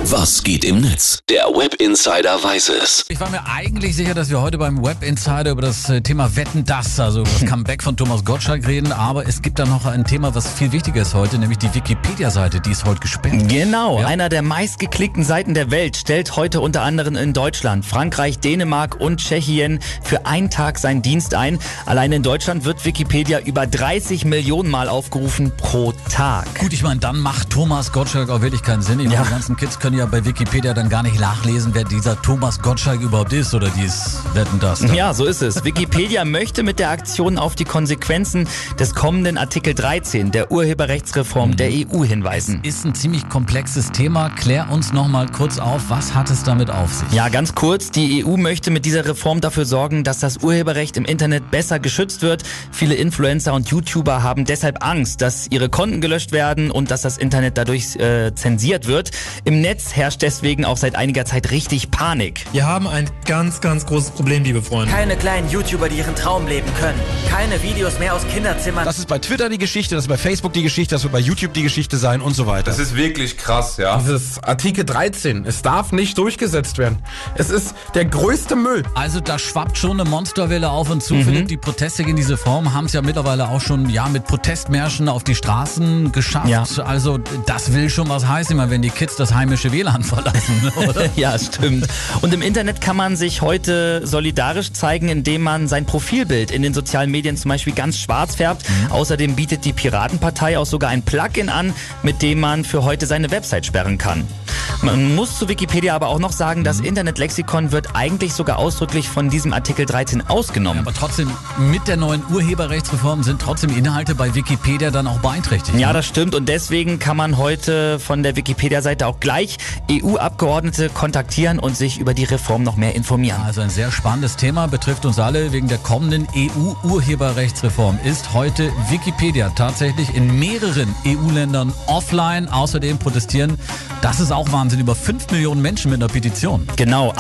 Was geht im Netz? Der Web Insider weiß es. Ich war mir eigentlich sicher, dass wir heute beim Web Insider über das Thema Wetten, das Comeback von Thomas Gottschalk reden, aber es gibt da noch ein Thema, was viel wichtiger ist heute, nämlich die Wikipedia-Seite, die ist heute gesperrt. Genau, ja. Einer der meistgeklickten Seiten der Welt stellt heute unter anderem in Deutschland, Frankreich, Dänemark und Tschechien für einen Tag seinen Dienst ein. Allein in Deutschland wird Wikipedia über 30 Millionen Mal aufgerufen pro Tag. Gut, ich meine, dann macht Thomas Gottschalk auch wirklich keinen Sinn. Die ganzen Kids können ja bei Wikipedia dann gar nicht nachlesen, wer dieser Thomas Gottschalk überhaupt ist oder dies Wetten, das. Dann. Ja, so ist es. Wikipedia möchte mit der Aktion auf die Konsequenzen des kommenden Artikel 13 der Urheberrechtsreform der EU hinweisen. Ist ein ziemlich komplexes Thema. Klär uns noch mal kurz auf, was hat es damit auf sich? Ja, ganz kurz. Die EU möchte mit dieser Reform dafür sorgen, dass das Urheberrecht im Internet besser geschützt wird. Viele Influencer und YouTuber haben deshalb Angst, dass ihre Konten gelöscht werden und dass das Internet dadurch zensiert wird. Im Netz herrscht deswegen auch seit einiger Zeit richtig Panik. Wir haben ein ganz großes Problem, liebe Freunde. Keine kleinen YouTuber, die ihren Traum leben können. Keine Videos mehr aus Kinderzimmern. Das ist bei Twitter die Geschichte, das ist bei Facebook die Geschichte, das wird bei YouTube die Geschichte sein und so weiter. Das ist wirklich krass, ja. Dieses Artikel 13, es darf nicht durchgesetzt werden. Es ist der größte Müll. Also da schwappt schon eine Monsterwelle auf uns zu, Philipp. Die Proteste gegen diese Form haben es ja mittlerweile auch schon mit Protestmärschen auf die Straßen geschafft. Ja. Also das will schon was heißen, immer wenn die Kids das heimische WLAN verlassen, oder? Ja, stimmt. Und im Internet kann man sich heute solidarisch zeigen, indem man sein Profilbild in den sozialen Medien zum Beispiel ganz schwarz färbt. Außerdem bietet die Piratenpartei auch sogar ein Plugin an, mit dem man für heute seine Website sperren kann. Man muss zu Wikipedia aber auch noch sagen, das Internetlexikon wird eigentlich sogar ausdrücklich von diesem Artikel 13 ausgenommen. Aber trotzdem, mit der neuen Urheberrechtsreform sind trotzdem Inhalte bei Wikipedia dann auch beeinträchtigt. Ja, das stimmt und deswegen kann man heute von der Wikipedia-Seite auch gleich EU-Abgeordnete kontaktieren und sich über die Reform noch mehr informieren. Also ein sehr spannendes Thema, betrifft uns alle. Wegen der kommenden EU-Urheberrechtsreform ist heute Wikipedia tatsächlich in mehreren EU-Ländern offline. Außerdem protestieren, das ist auch Wahnsinn, über 5 Millionen Menschen mit einer Petition. Genau,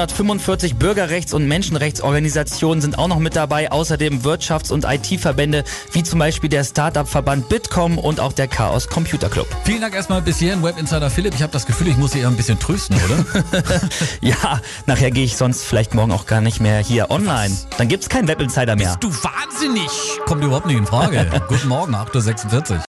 145 Bürgerrechts- und Menschenrechtsorganisationen sind auch noch mit dabei. Außerdem Wirtschafts- und IT-Verbände, wie zum Beispiel der Startup-Verband Bitkom und auch der Chaos Computer Club. Vielen Dank erstmal bis hierhin, Web Insider Philipp. Ich habe das Gefühl, ich muss Sie eher ein bisschen trösten, oder? Ja, nachher gehe ich sonst vielleicht morgen auch gar nicht mehr hier online. Dann gibt's keinen Web Insider mehr. Bist du wahnsinnig? Kommt überhaupt nicht in Frage. Guten Morgen, 8:46 Uhr.